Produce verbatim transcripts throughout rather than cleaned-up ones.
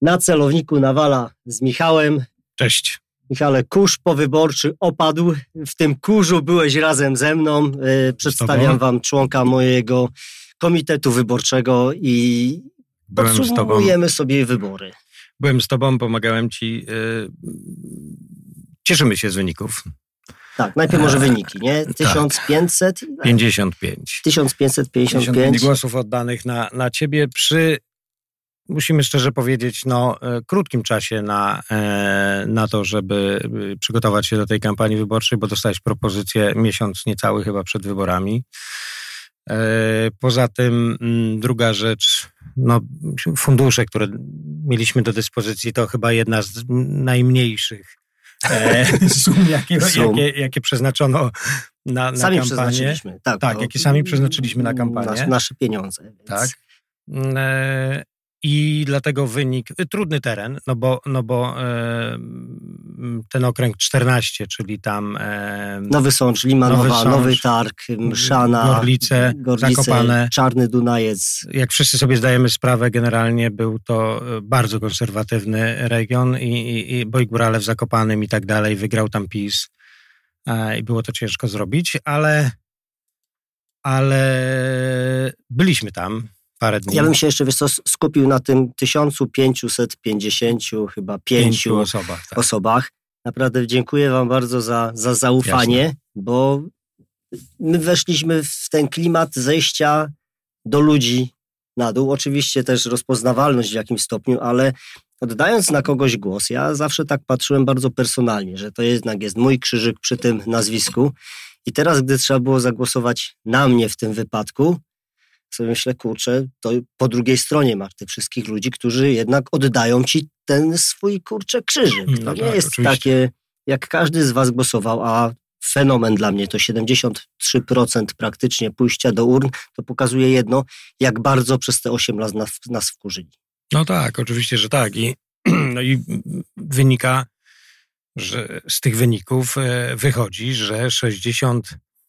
Na celowniku Nawala z Michałem. Cześć. Michale, kurz powyborczy opadł. W tym kurzu byłeś razem ze mną. Przedstawiam wam członka mojego komitetu wyborczego i Byłem podsumujemy sobie wybory. Byłem z tobą, pomagałem ci. Yy... Cieszymy się z wyników. Tak, najpierw może wyniki, nie? tysiąc pięćset? pięćdziesiąt pięć. tysiąc pięćset pięćdziesiąt pięć głosów oddanych na, na ciebie przy, musimy szczerze powiedzieć, no, krótkim czasie na, na to, żeby przygotować się do tej kampanii wyborczej, bo dostałeś propozycję miesiąc niecały chyba przed wyborami. Poza tym druga rzecz, no, fundusze, które mieliśmy do dyspozycji, to chyba jedna z najmniejszych E, sum, jakie, sum. Jakie, jakie przeznaczono na, na sami kampanię. Przeznaczyliśmy. Tak, tak to, jakie sami przeznaczyliśmy na kampanię. Nasze, nasze pieniądze. Więc... Tak. E, I dlatego wynik, trudny teren, no bo, no bo e, ten okręg czternaście, czyli tam... E, Nowy Sącz, Limanowa, Nowy, Sącz, Nowy Targ, Mszana, Gorlice, Gorlice, Zakopane. Czarny Dunajec. Jak wszyscy sobie zdajemy sprawę, generalnie był to bardzo konserwatywny region i, i, i Bojk Bralew w Zakopanem i tak dalej, wygrał tam PiS e, i było to ciężko zrobić, ale, ale byliśmy tam parę dni. Ja bym się jeszcze, wiesz co, skupił na tym tysiąc pięćset pięćdziesięciu chyba pięciu, pięciu osobach. Tak. osobach. Naprawdę dziękuję wam bardzo za, za zaufanie, Jasne. Bo my weszliśmy w ten klimat zejścia do ludzi na dół. Oczywiście też rozpoznawalność w jakimś stopniu, ale oddając na kogoś głos, ja zawsze tak patrzyłem bardzo personalnie, że to jednak jest mój krzyżyk przy tym nazwisku. I teraz, gdy trzeba było zagłosować na mnie w tym wypadku, sobie myślę, kurczę, to po drugiej stronie masz tych wszystkich ludzi, którzy jednak oddają ci ten swój, kurczę, krzyżyk. To no nie tak, jest oczywiście. takie, jak każdy z was głosował, a fenomen dla mnie to siedemdziesiąt trzy procent praktycznie pójścia do urn, to pokazuje jedno, jak bardzo przez te osiem lat nas, nas wkurzyli. No tak, oczywiście, że tak. I, no i wynika, że z tych wyników wychodzi, że sześćdziesiąt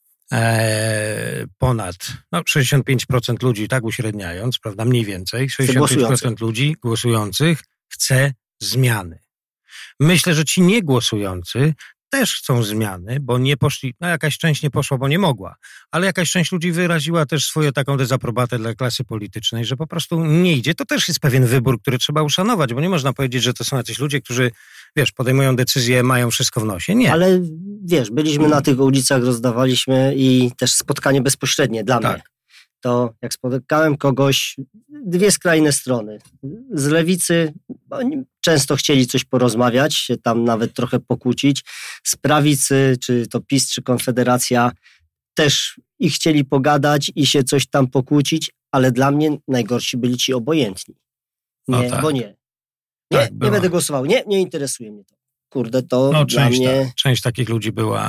E, ponad, no sześćdziesiąt pięć procent ludzi, tak uśredniając, prawda, mniej więcej, sześćdziesiąt pięć procent ludzi głosujących chce zmiany. Myślę, że ci niegłosujący też chcą zmiany, bo nie poszli, no jakaś część nie poszła, bo nie mogła, ale jakaś część ludzi wyraziła też swoją taką dezaprobatę dla klasy politycznej, że po prostu nie idzie. To też jest pewien wybór, który trzeba uszanować, bo nie można powiedzieć, że to są jacyś ludzie, którzy, wiesz, podejmują decyzje, mają wszystko w nosie. Nie. Ale wiesz, byliśmy na tych ulicach, rozdawaliśmy i też spotkanie bezpośrednie dla tak. mnie. To jak spotkałem kogoś, dwie skrajne strony. Z lewicy oni często chcieli coś porozmawiać, się tam nawet trochę pokłócić. Z prawicy, czy to PiS, czy Konfederacja, też i chcieli pogadać i się coś tam pokłócić, ale dla mnie najgorsi byli ci obojętni. Nie, no tak. bo nie. Nie, tak, nie będę głosował. Nie, nie interesuje mnie to. Kurde, to no, dla część, mnie... Ta, część takich ludzi była,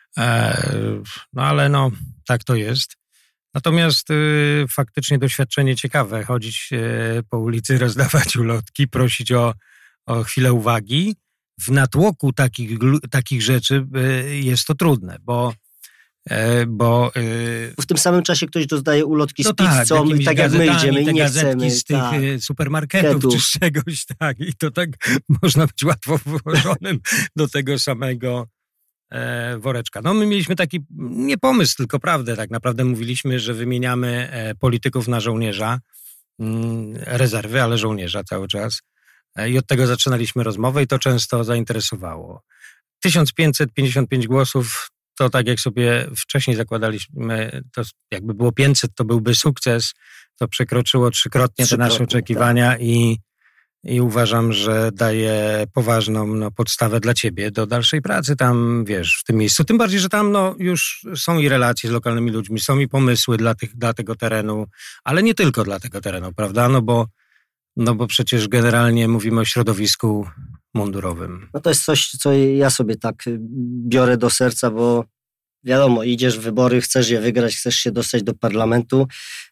e, no ale no, tak to jest. Natomiast y, faktycznie doświadczenie ciekawe, chodzić y, po ulicy, rozdawać ulotki, prosić o, o chwilę uwagi. W natłoku takich, takich rzeczy y, jest to trudne, bo... Y, bo y, w tym samym czasie ktoś dostaje ulotki no z pizzą tak, i tak jak my idziemy i nie chcemy. Z tych tak. supermarketów Ketów. Czy z czegoś, tak. I to tak można być łatwo włożonym do tego samego woreczka. No my mieliśmy taki, nie pomysł, tylko prawdę. Tak naprawdę mówiliśmy, że wymieniamy polityków na żołnierza, rezerwy, ale żołnierza cały czas. I od tego zaczynaliśmy rozmowę i to często zainteresowało. tysiąc pięćset pięćdziesiąt pięć głosów, to tak jak sobie wcześniej zakładaliśmy, to jakby było pięćset, to byłby sukces. To przekroczyło trzykrotnie te nasze oczekiwania tak. i I uważam, że daje poważną no, podstawę dla ciebie do dalszej pracy tam, wiesz, w tym miejscu. Tym bardziej, że tam no, już są i relacje z lokalnymi ludźmi, są i pomysły dla, tych, dla tego terenu, ale nie tylko dla tego terenu, prawda? No bo, no bo przecież generalnie mówimy o środowisku mundurowym. No to jest coś, co ja sobie tak biorę do serca, bo wiadomo, idziesz w wybory, chcesz je wygrać, chcesz się dostać do parlamentu.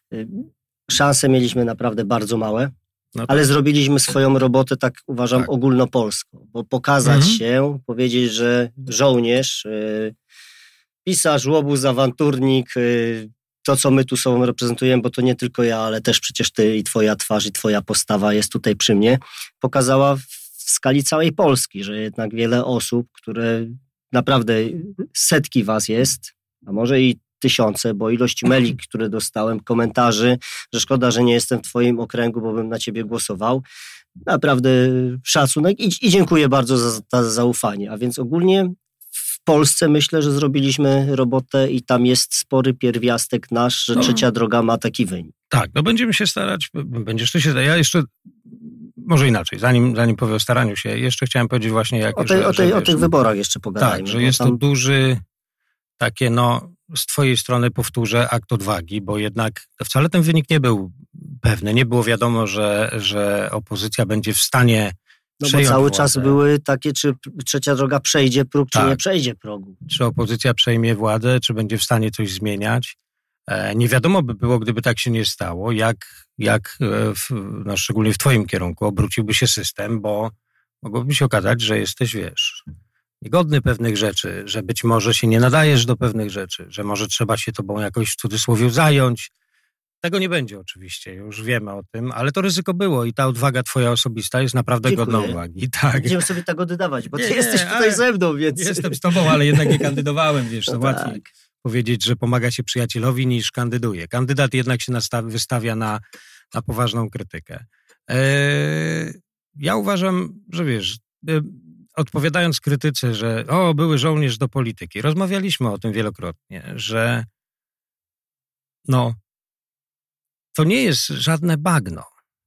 Szanse mieliśmy naprawdę bardzo małe. No tak. Ale zrobiliśmy swoją robotę, tak uważam, tak. ogólnopolską, bo pokazać mhm. się, powiedzieć, że żołnierz, yy, pisarz, łobuz, awanturnik, yy, to, co my tu sobą reprezentujemy, bo to nie tylko ja, ale też przecież ty i twoja twarz i twoja postawa jest tutaj przy mnie, pokazała w skali całej Polski, że jednak wiele osób, które naprawdę setki was jest, a może i tysiące, bo ilość maili, które dostałem, komentarzy, że szkoda, że nie jestem w twoim okręgu, bo bym na ciebie głosował. Naprawdę szacunek i, i dziękuję bardzo za to zaufanie. A więc ogólnie w Polsce myślę, że zrobiliśmy robotę i tam jest spory pierwiastek nasz, że no, Trzecia Droga ma taki wynik. Tak, no będziemy się starać, będziesz ty się, ja jeszcze, może inaczej, zanim, zanim powiem o staraniu się, jeszcze chciałem powiedzieć właśnie, jak... O, tej, że, o, tej, że, o tych wyborach jeszcze pogadajmy. Tak, że jest tam... to duży, takie no, z twojej strony powtórzę, akt odwagi, bo jednak wcale ten wynik nie był pewny, nie było wiadomo, że, że opozycja będzie w stanie No bo cały władzę. Czas były takie, czy Trzecia Droga przejdzie próg, tak. czy nie przejdzie progu. Czy opozycja przejmie władzę, czy będzie w stanie coś zmieniać. E, nie wiadomo by było, gdyby tak się nie stało, jak, jak w, no szczególnie w twoim kierunku obróciłby się system, bo mogłoby się okazać, że jesteś, wiesz, niegodny pewnych rzeczy, że być może się nie nadajesz do pewnych rzeczy, że może trzeba się tobą jakoś w cudzysłowie zająć. Tego nie będzie oczywiście, już wiemy o tym, ale to ryzyko było i ta odwaga twoja osobista jest naprawdę Dziękuję. godna uwagi. Tak. Będziemy sobie tak oddawać, bo ty nie, jesteś nie, tutaj ze mną, więc... Jestem z tobą, ale jednak nie kandydowałem, wiesz, no to tak. łatwiej powiedzieć, że pomaga się przyjacielowi niż kandyduje. Kandydat jednak się nastawi, wystawia na, na poważną krytykę. Eee, ja uważam, że wiesz, e, odpowiadając krytyce, że o, były żołnierz do polityki, rozmawialiśmy o tym wielokrotnie, że no, to nie jest żadne bagno.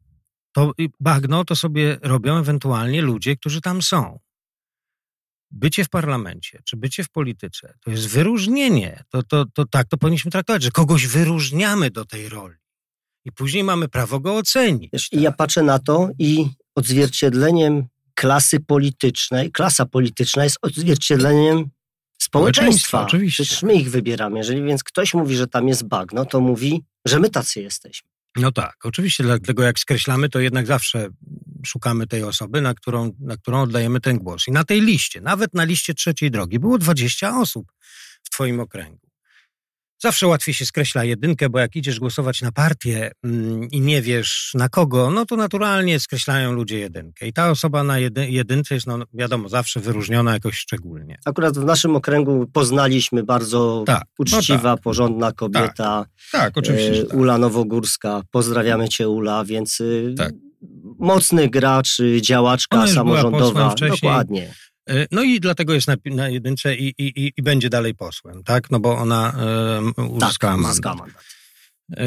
To bagno to sobie robią ewentualnie ludzie, którzy tam są. Bycie w parlamencie, czy bycie w polityce, to jest wyróżnienie. To, to, to tak to powinniśmy traktować, że kogoś wyróżniamy do tej roli. I później mamy prawo go ocenić. Wiesz, tak? I ja patrzę na to i odzwierciedleniem klasy politycznej, klasa polityczna jest odzwierciedleniem społeczeństwa. Oczywiście. Przecież my ich wybieramy. Jeżeli więc ktoś mówi, że tam jest bagno, to mówi, że my tacy jesteśmy. No tak, oczywiście, dlatego jak skreślamy, to jednak zawsze szukamy tej osoby, na którą, na którą oddajemy ten głos. I na tej liście, nawet na liście Trzeciej Drogi, było dwadzieścia osób w twoim okręgu. Zawsze łatwiej się skreśla jedynkę, bo jak idziesz głosować na partię mm, i nie wiesz na kogo, no to naturalnie skreślają ludzie jedynkę. I ta osoba na jedy, jedynce jest, no wiadomo, zawsze wyróżniona jakoś szczególnie. Akurat w naszym okręgu poznaliśmy bardzo tak, uczciwa, no tak. porządna kobieta. Tak, tak oczywiście. E, tak. Ula Nowogórska. Pozdrawiamy cię, Ula, więc tak. mocny gracz, działaczka samorządowa. Dokładnie. No i dlatego jest na, na jedynce i, i, i będzie dalej posłem, tak? No bo ona e, uzyskała tak, mandat. mandat. E,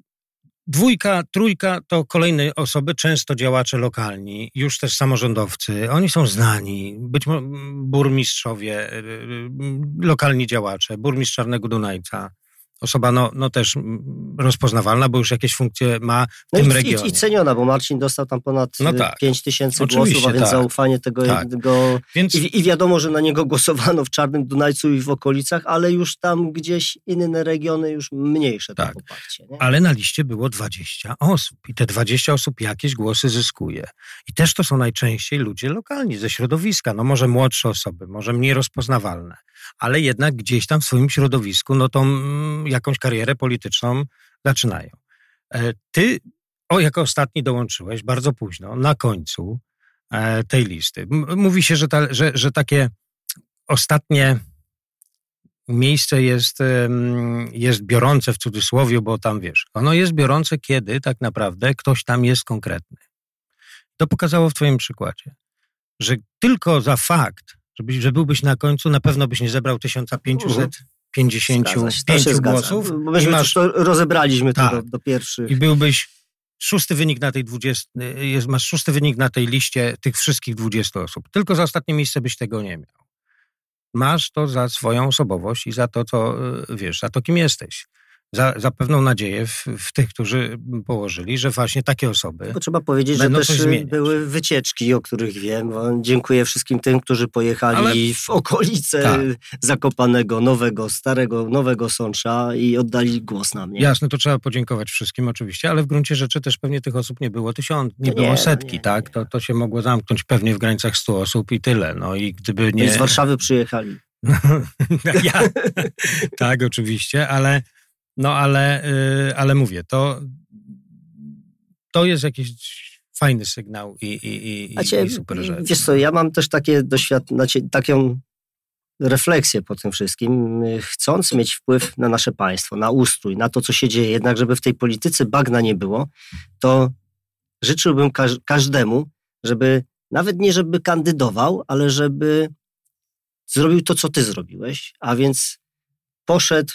dwójka, trójka to kolejne osoby, często działacze lokalni, już też samorządowcy. Oni są znani, być może burmistrzowie, e, lokalni działacze, burmistrz Czarnego Dunajca. Osoba no, no też rozpoznawalna, bo już jakieś funkcje ma w no tym i, regionie. I ceniona, bo Marcin dostał tam ponad no tak. pięć tysięcy głosów, a więc tak. zaufanie tego tak. jednego... Więc... I, I wiadomo, że na niego głosowano w Czarnym Dunajcu i w okolicach, ale już tam gdzieś inne regiony już mniejsze tak. to poparcie. Nie? Ale na liście było dwadzieścia osób i te dwadzieścia osób jakieś głosy zyskuje. I też to są najczęściej ludzie lokalni, ze środowiska. No może młodsze osoby, może mniej rozpoznawalne, ale jednak gdzieś tam w swoim środowisku no tą mm, jakąś karierę polityczną zaczynają. E, ty o, jako ostatni dołączyłeś bardzo późno, na końcu e, tej listy. M- mówi się, że, ta, że, że takie ostatnie miejsce jest, um, jest biorące w cudzysłowie, bo tam wiesz, ono jest biorące, kiedy tak naprawdę ktoś tam jest konkretny. To pokazało w twoim przykładzie, że tylko za fakt, Żeby, że byłbyś na końcu, na pewno byś nie zebrał tysiąc pięćset pięćdziesiąt pięć głosów. Bo myśmy masz, to rozebraliśmy tak, to do, do pierwszych. I byłbyś szósty wynik na tej dwudziestej, jest, masz szósty wynik na tej liście tych wszystkich dwudziestu osób. Tylko za ostatnie miejsce byś tego nie miał. Masz to za swoją osobowość i za to, co wiesz, za to, kim jesteś. Za, za pewną nadzieję w, w tych, którzy położyli, że właśnie takie osoby Bo trzeba powiedzieć, że też były wycieczki, o których wiem. Dziękuję wszystkim tym, którzy pojechali Ale... w okolice tak. Zakopanego, Nowego, Starego, Nowego Sącza i oddali głos na mnie. Jasne, to trzeba podziękować wszystkim oczywiście, ale w gruncie rzeczy też pewnie tych osób nie było tysiąc, nie, nie było setki, nie, tak? Nie. To, to się mogło zamknąć pewnie w granicach stu osób i tyle. No i gdyby nie... I z Warszawy przyjechali. ja. Tak, oczywiście, ale No ale, ale mówię, to, to jest jakiś fajny sygnał i, i, i, Cię, i super rzecz. Wiesz co, ja mam też takie doświadczenie, taką refleksję po tym wszystkim, chcąc mieć wpływ na nasze państwo, na ustrój, na to, co się dzieje, jednak żeby w tej polityce bagna nie było, to życzyłbym każ- każdemu, żeby nawet nie żeby kandydował, ale żeby zrobił to, co ty zrobiłeś, a więc poszedł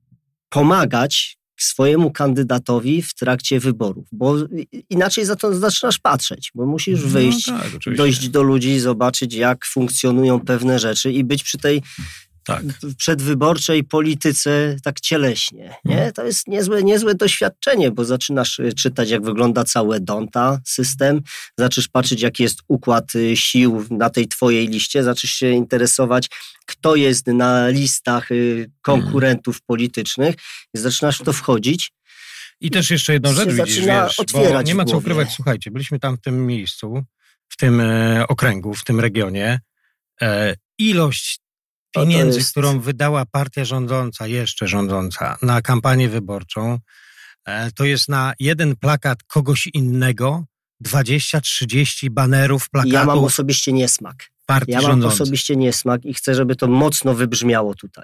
pomagać swojemu kandydatowi w trakcie wyborów, bo inaczej za to zaczynasz patrzeć, bo musisz wyjść, no tak, dojść do ludzi, zobaczyć, jak funkcjonują pewne rzeczy i być przy tej tak. przedwyborczej polityce tak cieleśnie. Nie? To jest niezłe, niezłe doświadczenie, bo zaczynasz czytać, jak wygląda cały Donta system, zaczynasz patrzeć, jaki jest układ sił na tej twojej liście, zaczynasz się interesować, kto jest na listach konkurentów hmm. politycznych i zaczynasz w to wchodzić. I też jeszcze jedną rzecz widzisz, wiesz, bo nie ma co ukrywać, słuchajcie, byliśmy tam w tym miejscu, w tym e, okręgu, w tym regionie. E, ilość pieniędzy, jest... którą wydała partia rządząca, jeszcze rządząca, na kampanię wyborczą, e, to jest na jeden plakat kogoś innego dwadzieścia trzydzieści banerów, plakatów. Ja mam osobiście niesmak. Partii ja mam rządzącej. osobiście niesmak i chcę, żeby to mocno wybrzmiało tutaj.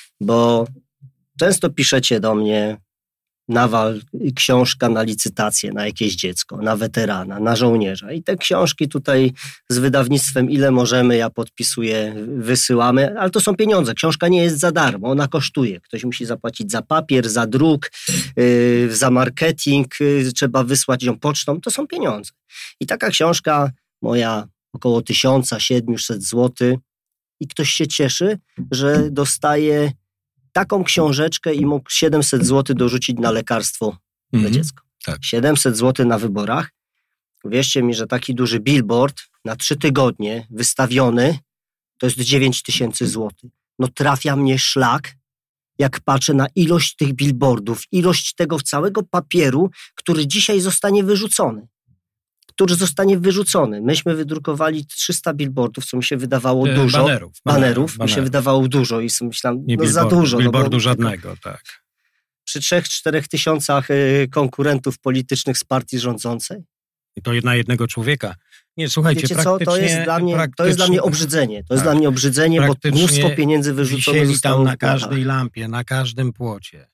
Bo często piszecie do mnie, Nawal, książka na licytację, na jakieś dziecko, na weterana, na żołnierza. I te książki tutaj z wydawnictwem ile możemy, ja podpisuję, wysyłamy, ale to są pieniądze. Książka nie jest za darmo, ona kosztuje. Ktoś musi zapłacić za papier, za druk, yy, za marketing, yy, trzeba wysłać ją pocztą. To są pieniądze. I taka książka moja około tysiąc siedemset złotych i ktoś się cieszy, że dostaje taką książeczkę i mógł siedemset złotych dorzucić na lekarstwo mm-hmm. na dziecko. Tak. siedemset złotych na wyborach. Wierzcie mi, że taki duży billboard na trzy tygodnie wystawiony to jest dziewięć tysięcy złotych. No trafia mnie szlak, jak patrzę na ilość tych billboardów, ilość tego całego papieru, który dzisiaj zostanie wyrzucony. który zostanie wyrzucony. Myśmy wydrukowali trzysta billboardów, co mi się wydawało e, dużo. Banerów. Banerów, banerów. mi się wydawało dużo i myślałem, Nie no za dużo. Billboardu no bo, żadnego, tak. Przy trzech, czterech tysiącach y, konkurentów politycznych z partii rządzącej. I to na jednego człowieka. Nie, słuchajcie, Wiecie praktycznie... co, to jest dla mnie, to jest dla mnie obrzydzenie. To jest tak, dla mnie obrzydzenie, bo mnóstwo pieniędzy wyrzucone wisieli zostało tam na w blachach. każdej lampie, na każdym płocie.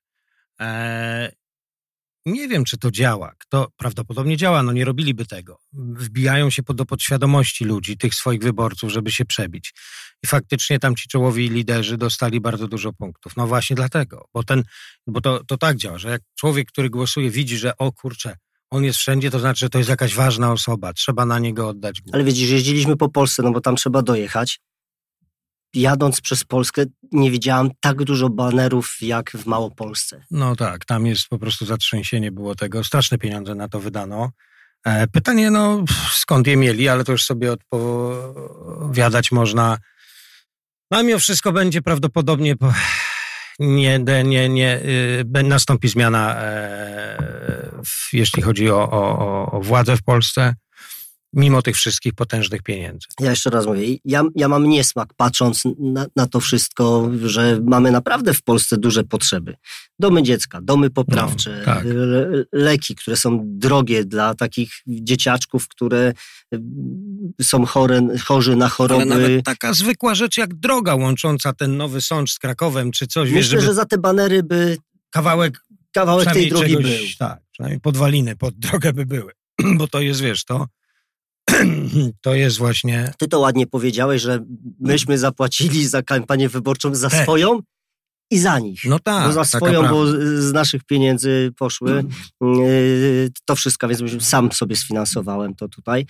Eee, Nie wiem, czy to działa. Kto prawdopodobnie działa, no nie robiliby tego. Wbijają się do podświadomości ludzi, tych swoich wyborców, żeby się przebić. I faktycznie tam ci czołowi liderzy dostali bardzo dużo punktów. No właśnie dlatego, bo, ten, bo to, to tak działa, że jak człowiek, który głosuje, widzi, że o kurczę, on jest wszędzie, to znaczy, że to jest jakaś ważna osoba, trzeba na niego oddać głos. Ale widzisz, jeździliśmy po Polsce, no bo tam trzeba dojechać. Jadąc przez Polskę nie widziałam tak dużo banerów jak w Małopolsce. No tak, tam jest po prostu zatrzęsienie było tego. Straszne pieniądze na to wydano. E, pytanie, no skąd je mieli, ale to już sobie odpowiadać można. No a mimo wszystko będzie prawdopodobnie po, nie, nie, nie, y, nastąpi zmiana, e, w, jeśli chodzi o, o, o władzę w Polsce. Mimo tych wszystkich potężnych pieniędzy. Ja jeszcze raz mówię, ja, ja mam niesmak patrząc na, na to wszystko, że mamy naprawdę w Polsce duże potrzeby. Domy dziecka, domy poprawcze, no, tak. le, leki, które są drogie dla takich dzieciaczków, które są chore, chorzy na choroby. Ale nawet taka zwykła rzecz jak droga łącząca ten Nowy Sącz z Krakowem, czy coś. Myślę, wiesz, żeby że za te banery by kawałek, kawałek tej drogi czegoś, był. Tak, przynajmniej podwaliny pod drogę by były. Bo to jest, wiesz, to To jest właśnie... Ty to ładnie powiedziałeś, że myśmy zapłacili za kampanię wyborczą za Te. swoją i za nich. No tak. Bo za swoją, bo z naszych pieniędzy poszły mm. to wszystko, więc sam sobie sfinansowałem to tutaj.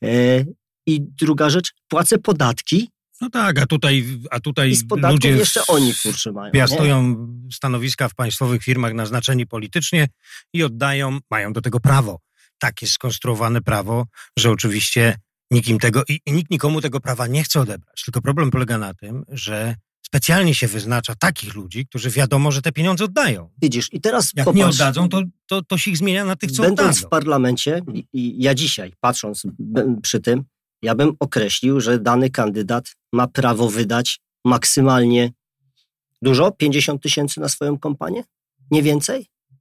I druga rzecz, płacę podatki. No tak, a tutaj, a tutaj I z podatków ludzie jeszcze oni kurczę mają. Piastują nie? stanowiska w państwowych firmach naznaczeni politycznie i oddają, mają do tego prawo. Tak jest skonstruowane prawo, że oczywiście nikim tego, i, i nikt nikomu tego prawa nie chce odebrać. Tylko problem polega na tym, że specjalnie się wyznacza takich ludzi, którzy wiadomo, że te pieniądze oddają. Widzisz, i teraz jak popatrz, nie oddadzą, to, to, to się ich zmienia na tych, co będąc oddadzą. Będąc w parlamencie, i, i ja dzisiaj, patrząc przy tym, ja bym określił, że dany kandydat ma prawo wydać maksymalnie dużo, pięćdziesiąt tysięcy na swoją kampanię? Nie więcej?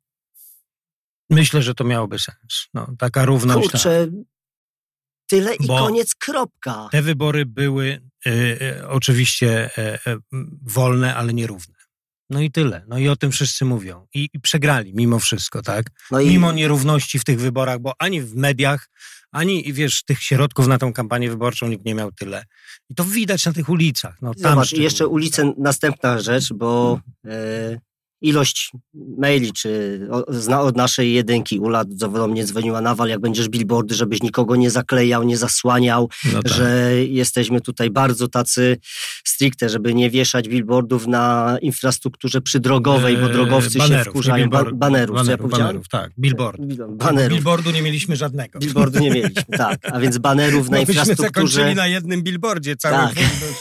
Myślę, że to miałoby sens. No, taka równość. Kurczę, tak. Tyle i Bo koniec, kropka. Te wybory były y, y, oczywiście y, y, wolne, ale nierówne. No i tyle. No i o tym wszyscy mówią. I, i przegrali mimo wszystko, tak? No i... Mimo nierówności w tych wyborach, bo ani w mediach, ani, wiesz, tych środków na tą kampanię wyborczą nikt nie miał tyle. I to widać na tych ulicach. No, tam Zobacz, i jeszcze ulice, tak. Następna rzecz, bo... Hmm. Y- Ilość maili, czy od naszej jedynki, Ula do mnie dzwoniła, Nawal, jak będziesz billboardy, żebyś nikogo nie zaklejał, nie zasłaniał, no tak. Że jesteśmy tutaj bardzo tacy stricte, żeby nie wieszać billboardów na infrastrukturze przydrogowej, bo drogowcy banerów, się wkurzają. Ba- banerów, banerów, co ja powiedziałem? Banerów, tak, billboard. Banerów. Billboardu nie mieliśmy żadnego. Billboardu nie mieliśmy, tak. A więc banerów na no infrastrukturze... Myśmy zakończyli na jednym billboardzie cały tak.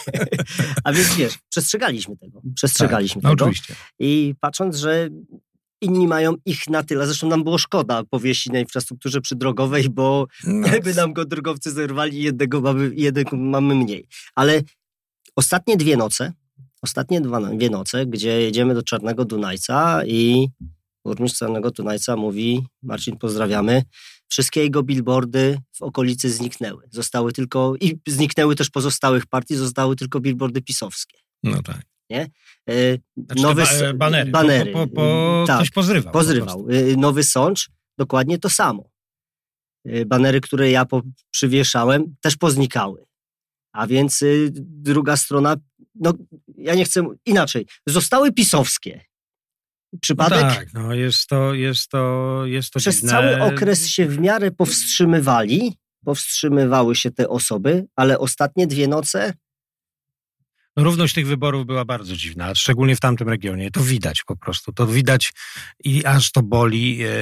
A więc wiesz, przestrzegaliśmy tego. Przestrzegaliśmy tak, tego. No oczywiście. I patrząc, że inni mają ich na tyle, zresztą nam było szkoda powieścić na infrastrukturze przydrogowej, bo no. Jakby nam go drogowcy zerwali, jednego mamy, jednego mamy mniej. Ale ostatnie dwie noce, ostatnie dwa, dwie noce, gdzie jedziemy do Czarnego Dunajca i burmistrz Czarnego Dunajca mówi, Marcin, pozdrawiamy, wszystkie jego billboardy w okolicy zniknęły. Zostały tylko, i zniknęły też pozostałych partii, zostały tylko billboardy pisowskie. No tak. Nie? Znaczy Nowy, ba- banery. banery. Po, po, po, tak, ktoś pozrywał. Pozrywał. Nowy Sącz, dokładnie to samo. Banery, które ja po, przywieszałem, też poznikały. A więc y, druga strona, no ja nie chcę, inaczej, zostały pisowskie. Przypadek? No tak, no jest to, jest to, jest to Przez dziwne. cały okres się w miarę powstrzymywali, powstrzymywały się te osoby, ale ostatnie dwie noce... No, równość tych wyborów była bardzo dziwna, szczególnie w tamtym regionie. To widać po prostu, to widać i aż to boli. E,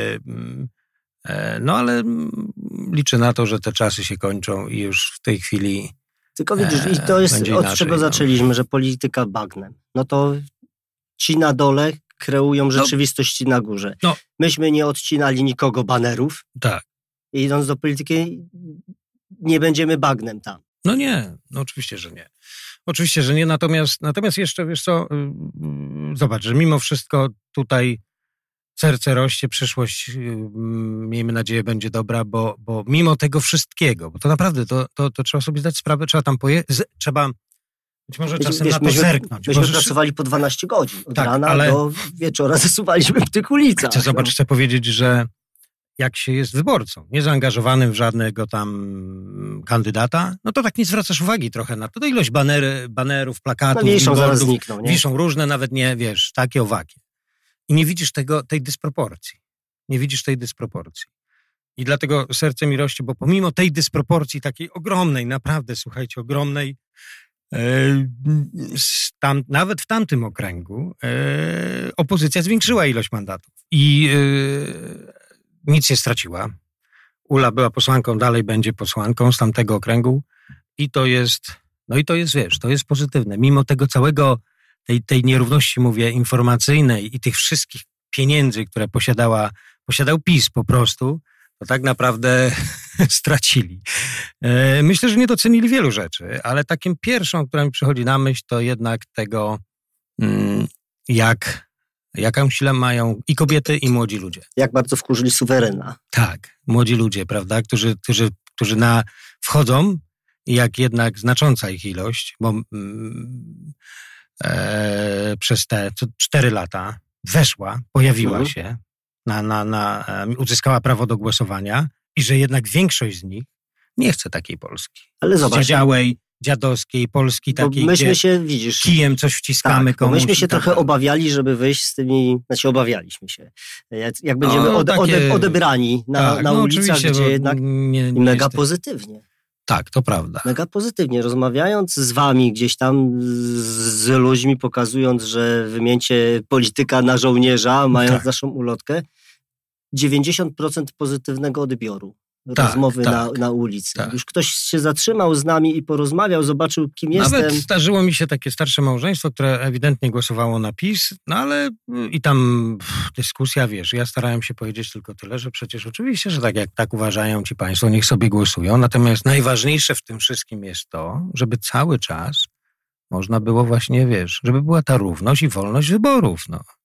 e, no ale liczę na to, że te czasy się kończą i już w tej chwili Tylko widzisz, e, i to jest od inaczej, czego no. zaczęliśmy, że polityka bagnem. No to ci na dole kreują rzeczywistości no, na górze. No. Myśmy nie odcinali nikogo banerów. Tak. I idąc do polityki nie będziemy bagnem tam. No nie, no oczywiście, że nie. Oczywiście, że nie, natomiast, natomiast jeszcze, wiesz co, yy, zobacz, że mimo wszystko tutaj serce rośnie, przyszłość, yy, miejmy nadzieję, będzie dobra, bo, bo mimo tego wszystkiego, bo to naprawdę, to, to, to trzeba sobie zdać sprawę, trzeba tam pojechać, trzeba być może czasem wiesz, na to myśmy, zerknąć. Myśmy Możesz... pracowali po dwanaście godzin, od tak, rana ale... do wieczora zasuwaliśmy w tych ulicach. Chcę, zobacz, chcę powiedzieć, że jak się jest wyborcą, niezaangażowanym w żadnego tam kandydata, no to tak nie zwracasz uwagi trochę na to. To ilość banery, banerów, plakatów, no wiszą, zaraz znikną, nie? Wiszą różne, nawet nie, wiesz, takie, owakie. I nie widzisz tego, tej dysproporcji. Nie widzisz tej dysproporcji. I dlatego serce mi rośnie, bo pomimo tej dysproporcji takiej ogromnej, naprawdę, słuchajcie, ogromnej, e, tam, nawet w tamtym okręgu e, opozycja zwiększyła ilość mandatów. I e, nic nie straciła. Ula była posłanką, dalej będzie posłanką z tamtego okręgu i to jest, no i to jest, wiesz, to jest pozytywne. Mimo tego całego, tej, tej nierówności, mówię, informacyjnej i tych wszystkich pieniędzy, które posiadała, posiadał PiS po prostu, to tak naprawdę stracili. Myślę, że nie docenili wielu rzeczy, ale takim pierwszą, która mi przychodzi na myśl, to jednak tego, jak jaką siłę mają i kobiety, i młodzi ludzie. Jak bardzo wkurzyli suwerena. Tak, młodzi ludzie, prawda, którzy, którzy, którzy na, wchodzą i jak jednak znacząca ich ilość, bo mm, e, przez te co, cztery lata weszła, pojawiła mhm. się, na, na, na, uzyskała prawo do głosowania i że jednak większość z nich nie chce takiej Polski. Ale zobacz. Zdziadziałej, dziadowskiej Polski takiej, myśmy gdzie się, widzisz, kijem coś wciskamy tak, komuś. Myśmy się tak. trochę obawiali, żeby wyjść z tymi, znaczy obawialiśmy się. Jak, jak będziemy no, ode, takie, ode, odebrani na, tak, na no, ulicach, gdzie jednak nie, nie mega jest... pozytywnie. Tak, to prawda. Mega pozytywnie. Rozmawiając z wami gdzieś tam, z, z ludźmi, pokazując, że wymieńcie polityka na żołnierza, mając tak. naszą ulotkę, dziewięćdziesiąt procent pozytywnego odbioru. Tak, rozmowy tak, na, na ulicy. Tak. Już ktoś się zatrzymał z nami i porozmawiał, zobaczył, kim Nawet jestem. Nawet zdarzyło mi się takie starsze małżeństwo, które ewidentnie głosowało na PiS, no ale i tam pff, dyskusja, wiesz, ja starałem się powiedzieć tylko tyle, że przecież oczywiście, że tak jak tak uważają ci państwo, niech sobie głosują, natomiast najważniejsze w tym wszystkim jest to, żeby cały czas można było właśnie, wiesz, żeby była ta równość i wolność wyborów, no.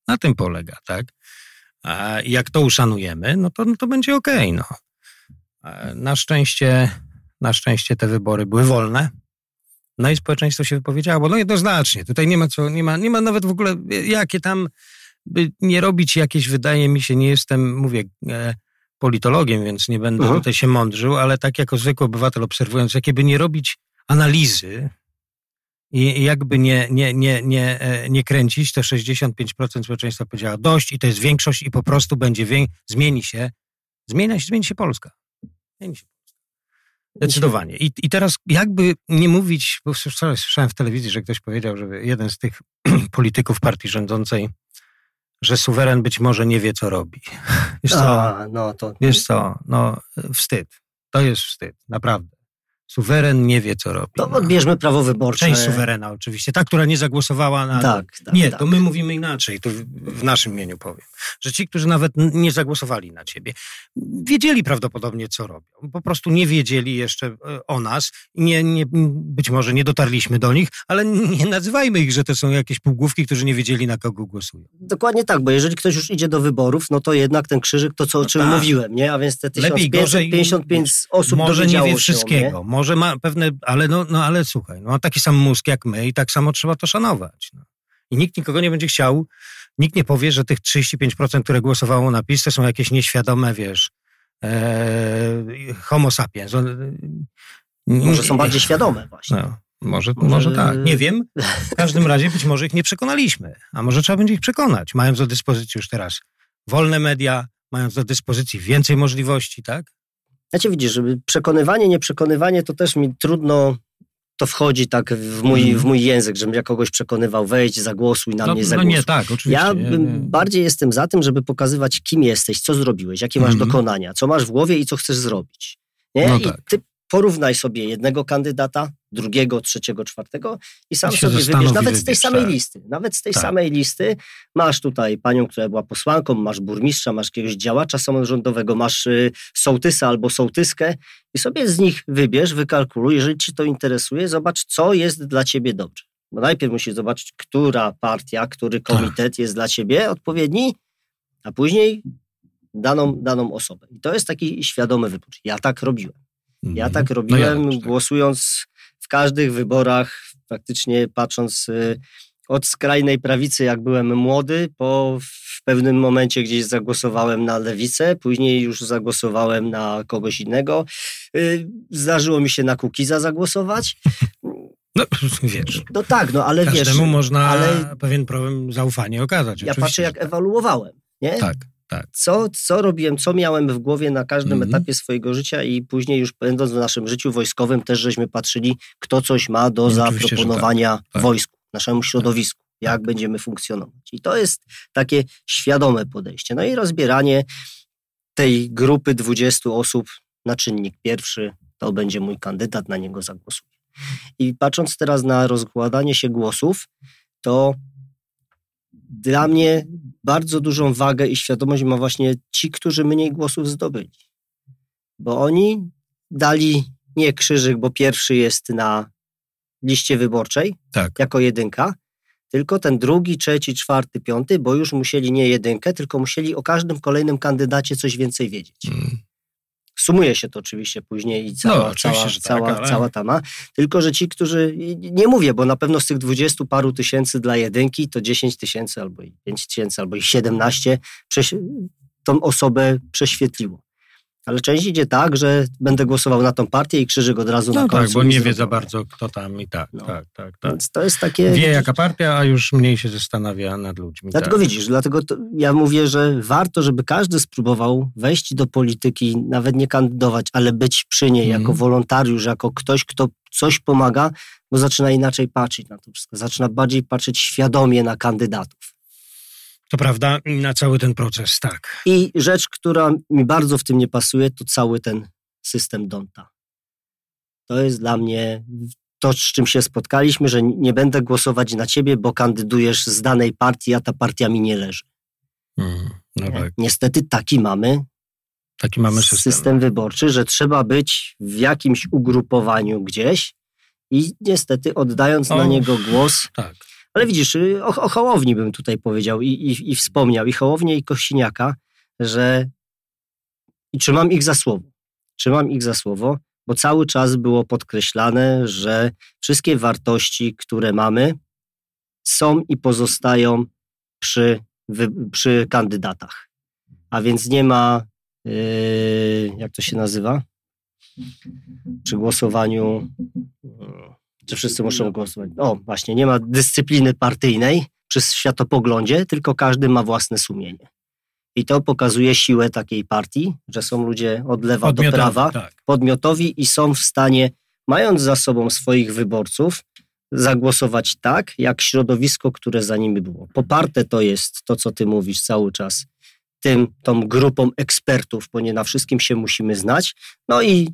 Na tym polega, tak? A jak to uszanujemy, no to, no to będzie okej, no. Na szczęście, na szczęście te wybory były wolne. No i społeczeństwo się wypowiedziało, no jednoznacznie. Tutaj nie ma co, nie ma, nie ma nawet w ogóle, jakie tam, by nie robić jakieś, wydaje mi się, nie jestem, mówię, e, politologiem, więc nie będę uh-huh. tutaj się mądrzył, ale tak jako zwykły obywatel obserwując, jakie by nie robić analizy i jakby nie, nie, nie, nie, nie kręcić, to sześćdziesiąt pięć procent społeczeństwa powiedziała dość i to jest większość i po prostu będzie, wię- zmieni się, zmienia się, zmieni się Polska. Zmieni się Polska. Zdecydowanie. I, I teraz jakby nie mówić, bo wczoraj słyszałem w telewizji, że ktoś powiedział, że jeden z tych polityków partii rządzącej, że suweren być może nie wie, co robi. Wiesz co? A, no to... Wiesz co? No wstyd. To jest wstyd. Naprawdę. Suweren nie wie, co robi. To odbierzmy prawo wyborcze. Część suwerena oczywiście. Ta, która nie zagłosowała na... Tak, tak, nie, tak. to my mówimy inaczej. To w, w naszym imieniu powiem. Że ci, którzy nawet nie zagłosowali na ciebie, wiedzieli prawdopodobnie, co robią. Po prostu nie wiedzieli jeszcze o nas. Nie, nie, być może nie dotarliśmy do nich, ale nie nazywajmy ich, że to są jakieś półgłówki, którzy nie wiedzieli, na kogo głosują. Dokładnie tak, bo jeżeli ktoś już idzie do wyborów, no to jednak ten krzyżyk, to co, o czym no tak. mówiłem, nie? A więc te tysiąc pięćset pięćdziesiąt pięć osób może nie wie wszystkiego. Się, może ma pewne, ale no, no ale słuchaj, no ma taki sam mózg jak my i tak samo trzeba to szanować. No. I nikt nikogo nie będzie chciał, nikt nie powie, że tych trzydzieści pięć procent, które głosowało na PiS, to są jakieś nieświadome, wiesz, e, homo sapiens. Może są bardziej świadome właśnie. No, może, może... może tak, nie wiem. W każdym razie być może ich nie przekonaliśmy, a może trzeba będzie ich przekonać, mając do dyspozycji już teraz wolne media, mając do dyspozycji więcej możliwości, tak? Znaczy widzisz, żeby przekonywanie, nieprzekonywanie, to też mi trudno to wchodzi tak w mój, mm. w mój język, żebym ja kogoś przekonywał, wejdź, zagłosuj na no, mnie, no zagłosuj. nie, tak, oczywiście. Ja bym, bardziej jestem za tym, żeby pokazywać, kim jesteś, co zrobiłeś, jakie masz mm. dokonania, co masz w głowie i co chcesz zrobić. Nie? No I tak. ty porównaj sobie jednego kandydata, drugiego, trzeciego, czwartego i sam sobie wybierz, nawet z tej samej tak. listy, nawet z tej tak. samej listy masz tutaj panią, która była posłanką, masz burmistrza, masz jakiegoś działacza samorządowego, masz y, sołtysa albo sołtyskę i sobie z nich wybierz, wykalkuluj, jeżeli ci to interesuje, zobacz, co jest dla ciebie dobrze. Bo najpierw musisz zobaczyć, która partia, który komitet tak. jest dla ciebie odpowiedni, a później daną, daną osobę. I to jest taki świadomy wybór. Ja tak robiłem. Ja tak robiłem, no ja, głosując w każdych wyborach, praktycznie patrząc y, od skrajnej prawicy, jak byłem młody, po w pewnym momencie gdzieś zagłosowałem na lewicę, później już zagłosowałem na kogoś innego. Y, zdarzyło mi się na Kukiza zagłosować. No wiesz. No tak, no ale każdemu wiesz. Każdemu można ale pewien problem zaufania okazać. Ja patrzę, jak ewaluowałem, nie? Tak. Tak. Co, co robiłem, co miałem w głowie na każdym mm-hmm. etapie swojego życia i później już będąc w naszym życiu wojskowym też żeśmy patrzyli, kto coś ma do no, zaproponowania tak. Tak. wojsku, naszemu środowisku, tak. jak tak. będziemy funkcjonować. I to jest takie świadome podejście. No i rozbieranie tej grupy dwudziestu osób na czynnik pierwszy, to będzie mój kandydat, na niego zagłosuję. I patrząc teraz na rozkładanie się głosów, to dla mnie bardzo dużą wagę i świadomość ma właśnie ci, którzy mniej głosów zdobyli. Bo oni dali nie krzyżyk, bo pierwszy jest na liście wyborczej, tak. jako jedynka, tylko ten drugi, trzeci, czwarty, piąty, bo już musieli nie jedynkę, tylko musieli o każdym kolejnym kandydacie coś więcej wiedzieć. Mm. Sumuje się to oczywiście później i cała, no, cała, tak, cała, ale... cała tama. Tylko, że ci, którzy, nie mówię, bo na pewno z tych dwudziestu paru tysięcy dla jedynki, to dziesięć tysięcy albo i pięć tysięcy, albo i siedemnaście prześ- tą osobę prześwietliło. Ale część idzie tak, że będę głosował na tą partię i krzyżyk od razu no na końcu. Tak, bo nie wie za bardzo, kto tam i tak, no. tak, tak, tak. Więc to jest takie... Wie jaka partia, a już mniej się zastanawia nad ludźmi. Dlatego tak. widzisz, dlatego to ja mówię, że warto, żeby każdy spróbował wejść do polityki, nawet nie kandydować, ale być przy niej mm. jako wolontariusz, jako ktoś, kto coś pomaga, bo zaczyna inaczej patrzeć na to wszystko. Zaczyna bardziej patrzeć świadomie na kandydatów. To prawda, na cały ten proces, tak. I rzecz, która mi bardzo w tym nie pasuje, to cały ten system Donta. To jest dla mnie to, z czym się spotkaliśmy, że nie będę głosować na ciebie, bo kandydujesz z danej partii, a ta partia mi nie leży. Mm, no tak. Niestety taki mamy, taki mamy system. system wyborczy, że trzeba być w jakimś ugrupowaniu gdzieś i niestety oddając o, na niego głos... Tak. Ale widzisz, o, o Hołowni bym tutaj powiedział i, i, i wspomniał, i Hołownię, i Kosiniaka, że i trzymam ich za słowo. Trzymam ich za słowo, bo cały czas było podkreślane, że wszystkie wartości, które mamy, są i pozostają przy, wy, przy kandydatach. A więc nie ma, yy, jak to się nazywa? Przy głosowaniu, czy wszyscy muszą głosować? O, właśnie, nie ma dyscypliny partyjnej przy światopoglądzie, tylko każdy ma własne sumienie. I to pokazuje siłę takiej partii, że są ludzie od lewa podmiotowi, do prawa, tak. podmiotowi i są w stanie, mając za sobą swoich wyborców, zagłosować tak, jak środowisko, które za nimi było. Poparte to jest to, co ty mówisz cały czas, tym, tą grupą ekspertów, bo nie na wszystkim się musimy znać, no i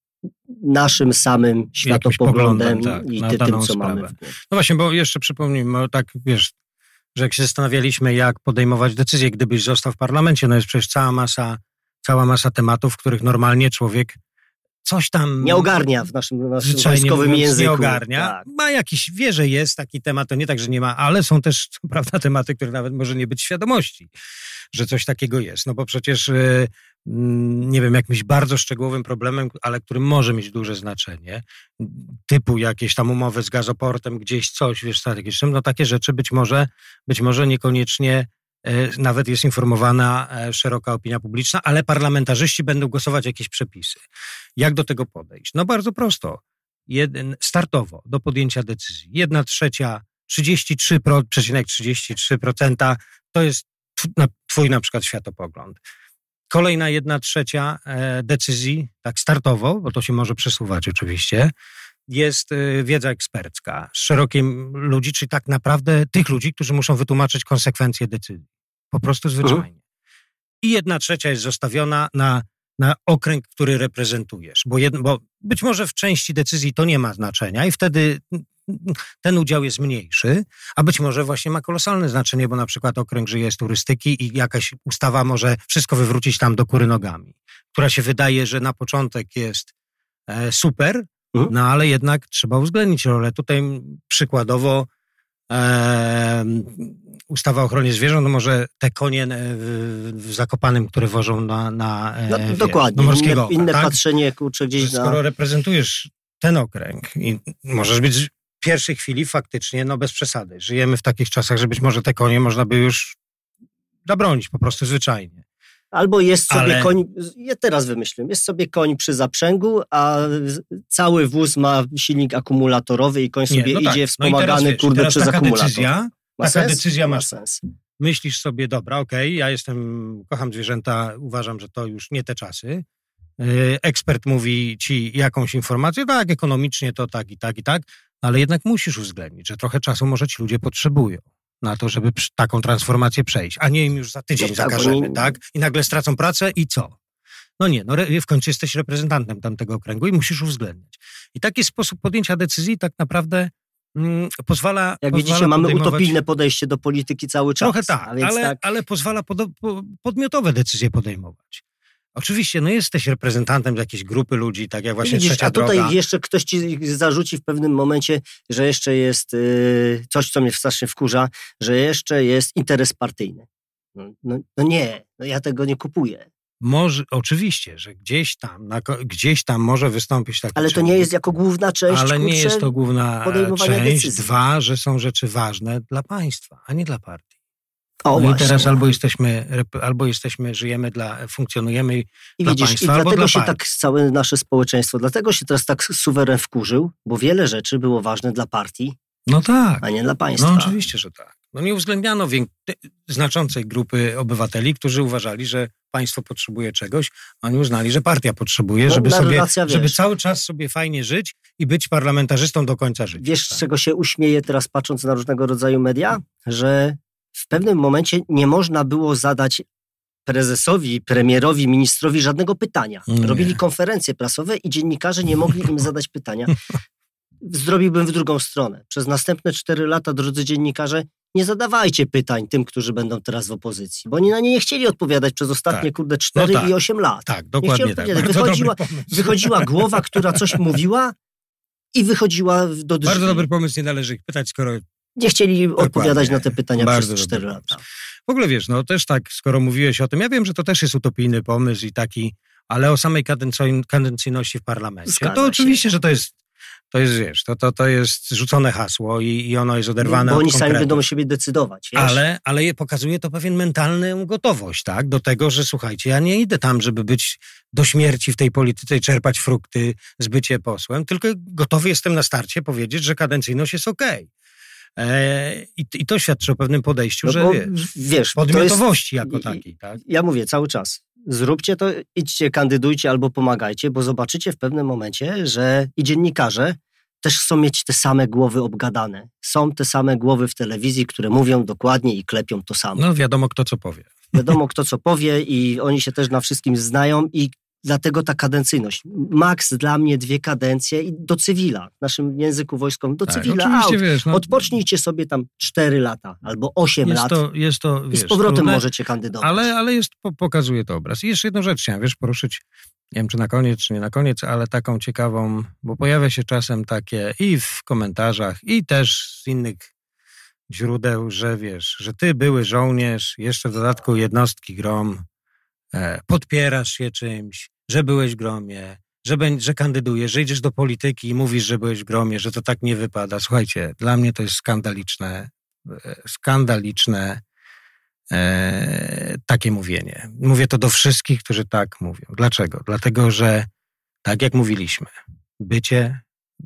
naszym samym światopoglądem tak, i ty, tym, co sprawę. mamy w głowie. No właśnie, bo jeszcze przypomnijmy, tak wiesz, że jak się zastanawialiśmy, jak podejmować decyzje, gdybyś został w parlamencie, no jest przecież cała masa, cała masa tematów, w których normalnie człowiek coś tam... Nie ogarnia w naszym, naszym wojskowym języku. Nie ogarnia. Tak. Ma jakiś, wie, że jest taki temat, to nie tak, że nie ma, ale są też, co prawda, tematy, które nawet może nie być świadomości, że coś takiego jest. No bo przecież, yy, nie wiem, jakimś bardzo szczegółowym problemem, ale który może mieć duże znaczenie, typu jakieś tam umowy z gazoportem, gdzieś coś, wiesz, strategicznym, no takie rzeczy być może, być może niekoniecznie nawet jest informowana szeroka opinia publiczna, ale parlamentarzyści będą głosować jakieś przepisy. Jak do tego podejść? No bardzo prosto. Jeden, startowo do podjęcia decyzji. Jedna trzecia, trzydzieści trzy przecinek trzydzieści trzy procent to jest twój na przykład światopogląd. Kolejna jedna trzecia decyzji, tak startowo, bo to się może przesuwać oczywiście, jest wiedza ekspercka z szerokim ludzi, czyli tak naprawdę tych ludzi, którzy muszą wytłumaczyć konsekwencje decyzji. Po prostu zwyczajnie. I jedna trzecia jest zostawiona na, na okręg, który reprezentujesz. Bo, jed, bo być może w części decyzji to nie ma znaczenia i wtedy ten udział jest mniejszy, a być może właśnie ma kolosalne znaczenie, bo na przykład okręg żyje z turystyki i jakaś ustawa może wszystko wywrócić tam do góry nogami, która się wydaje, że na początek jest e, super, no ale jednak trzeba uwzględnić rolę. Tutaj przykładowo e, ustawa o ochronie zwierząt, no może te konie w, w Zakopanem, które wożą na, na no, wiesz, dokładnie, do morskiego inne, inne tak? patrzenie, kurczę, gdzieś na... Skoro reprezentujesz ten okręg i możesz być w pierwszej chwili faktycznie, no bez przesady, żyjemy w takich czasach, że być może te konie można by już zabronić po prostu zwyczajnie. Albo jest sobie Ale... koń, ja teraz wymyślę, jest sobie koń przy zaprzęgu, a cały wóz ma silnik akumulatorowy i koń sobie nie, no idzie tak. wspomagany, no wiesz, kurde, przez taka akumulator. Decyzja, ma taka sens? decyzja ma, ma sens. Myślisz sobie, dobra, okej, okay, ja jestem, kocham zwierzęta, uważam, że to już nie te czasy. Ekspert mówi ci jakąś informację, tak, ekonomicznie to tak i tak i tak, ale jednak musisz uwzględnić, że trochę czasu może ci ludzie potrzebują na to, żeby taką transformację przejść, a nie im już za tydzień no tak, zakażemy, nie... tak? I nagle stracą pracę i co? No nie, no w końcu jesteś reprezentantem tamtego okręgu i musisz uwzględniać. I taki sposób podjęcia decyzji tak naprawdę mm, pozwala... Jak pozwala widzicie, mamy utopijne podejście do polityki cały czas. Trochę tak, ale, tak... ale pozwala pod, podmiotowe decyzje podejmować. Oczywiście, no jesteś reprezentantem jakiejś grupy ludzi, tak jak właśnie Widzisz, Trzecia A tutaj droga. jeszcze ktoś ci zarzuci w pewnym momencie, że jeszcze jest yy, coś, co mnie strasznie wkurza, że jeszcze jest interes partyjny. No, no, no nie, no ja tego nie kupuję. Może, oczywiście, że gdzieś tam, na, gdzieś tam może wystąpić taki Ale to nie jest jako główna część, Ale kurczę, nie jest to główna część. Decyzji. Dwa, że są rzeczy ważne dla państwa, a nie dla partii. O, no i teraz albo jesteśmy, albo jesteśmy, żyjemy dla, funkcjonujemy I dla widzisz, państwa, i albo dlatego dla się partii. tak całe nasze społeczeństwo, dlatego się teraz tak suweren wkurzył, bo wiele rzeczy było ważne dla partii, no tak, a nie dla państwa. No oczywiście, że tak. No nie uwzględniano wiek- znaczącej grupy obywateli, którzy uważali, że państwo potrzebuje czegoś, a oni uznali, że partia potrzebuje, no, żeby, sobie, żeby cały czas sobie fajnie żyć i być parlamentarzystą do końca życia. Wiesz, tak? z czego się uśmieję teraz patrząc na różnego rodzaju media? Że w pewnym momencie nie można było zadać prezesowi, premierowi, ministrowi żadnego pytania. Nie. Robili konferencje prasowe i dziennikarze nie mogli im zadać pytania. Zrobiłbym w drugą stronę. Przez następne cztery lata, drodzy dziennikarze, nie zadawajcie pytań tym, którzy będą teraz w opozycji, bo oni na nie nie chcieli odpowiadać przez ostatnie, tak. kurde, cztery no tak. i osiem lat. Tak, dokładnie tak. Wychodziła, wychodziła głowa, która coś mówiła i wychodziła do drzwi. Bardzo dobry pomysł, nie należy ich pytać, skoro nie chcieli Dokładnie. odpowiadać na te pytania Bardzo przez cztery lata. W ogóle wiesz, no też tak, skoro mówiłeś o tym, ja wiem, że to też jest utopijny pomysł i taki, ale o samej kadency- kadencyjności w parlamencie, Zgadza to oczywiście, się. że to jest, to jest, wiesz, to, to, to jest rzucone hasło i, i ono jest oderwane Bo od oni konkretów. sami będą o siebie decydować, wiesz? Ale, ale je pokazuje to pewien mentalną gotowość, tak, do tego, że słuchajcie, ja nie idę tam, żeby być do śmierci w tej polityce i czerpać frukty z bycia posłem, tylko gotowy jestem na starcie powiedzieć, że kadencyjność jest okej. Okay. I, I to świadczy o pewnym podejściu, no że wiesz, wiesz podmiotowości jest, jako takiej. Tak? Ja mówię cały czas, zróbcie to, idźcie, kandydujcie albo pomagajcie, bo zobaczycie w pewnym momencie, że i dziennikarze też chcą mieć te same głowy obgadane. Są te same głowy w telewizji, które mówią dokładnie i klepią to samo. No wiadomo kto co powie. Wiadomo kto co powie i oni się też na wszystkim znają i dlatego ta kadencyjność. Maks dla mnie dwie kadencje i do cywila. W naszym języku wojskowym do tak, cywila out. Wiesz, no, Odpocznijcie sobie tam cztery lata albo osiem lat to, jest to, i wiesz, z powrotem trudne, możecie kandydować. Ale, ale jest, pokazuje to obraz. I jeszcze jedną rzecz chciałem, wiesz, poruszyć, nie wiem czy na koniec, czy nie na koniec, ale taką ciekawą, bo pojawia się czasem takie i w komentarzach, i też z innych źródeł, że wiesz, że ty były żołnierz, jeszcze w dodatku jednostki GROM, e, podpierasz się czymś, że byłeś w GROMie, że, be, że kandydujesz, że idziesz do polityki i mówisz, że byłeś w GROMie, że to tak nie wypada. Słuchajcie, dla mnie to jest skandaliczne, e, skandaliczne e, takie mówienie. Mówię to do wszystkich, którzy tak mówią. Dlaczego? Dlatego, że tak jak mówiliśmy, bycie,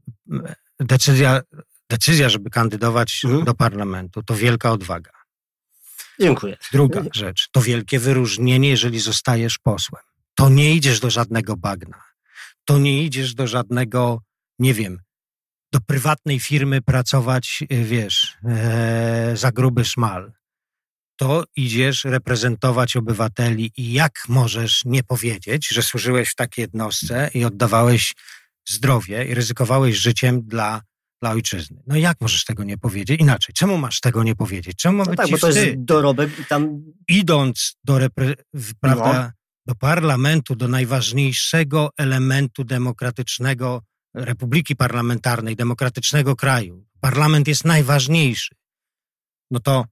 decyzja, decyzja, żeby kandydować mhm. do parlamentu, to wielka odwaga. Dziękuję. Druga rzecz, to wielkie wyróżnienie, jeżeli zostajesz posłem. To nie idziesz do żadnego bagna. To nie idziesz do żadnego, nie wiem, do prywatnej firmy pracować, wiesz, ee, za gruby szmal. To idziesz reprezentować obywateli i jak możesz nie powiedzieć, że służyłeś w takiej jednostce i oddawałeś zdrowie i ryzykowałeś życiem dla dla ojczyzny. No jak możesz tego nie powiedzieć? Inaczej, czemu masz tego nie powiedzieć? Czemu ma no być tak, ci bo to wstyd? jest dorobek i tam... Idąc do, repre... prawda, no. do parlamentu, do najważniejszego elementu demokratycznego, republiki parlamentarnej, demokratycznego kraju. Parlament jest najważniejszy. No to,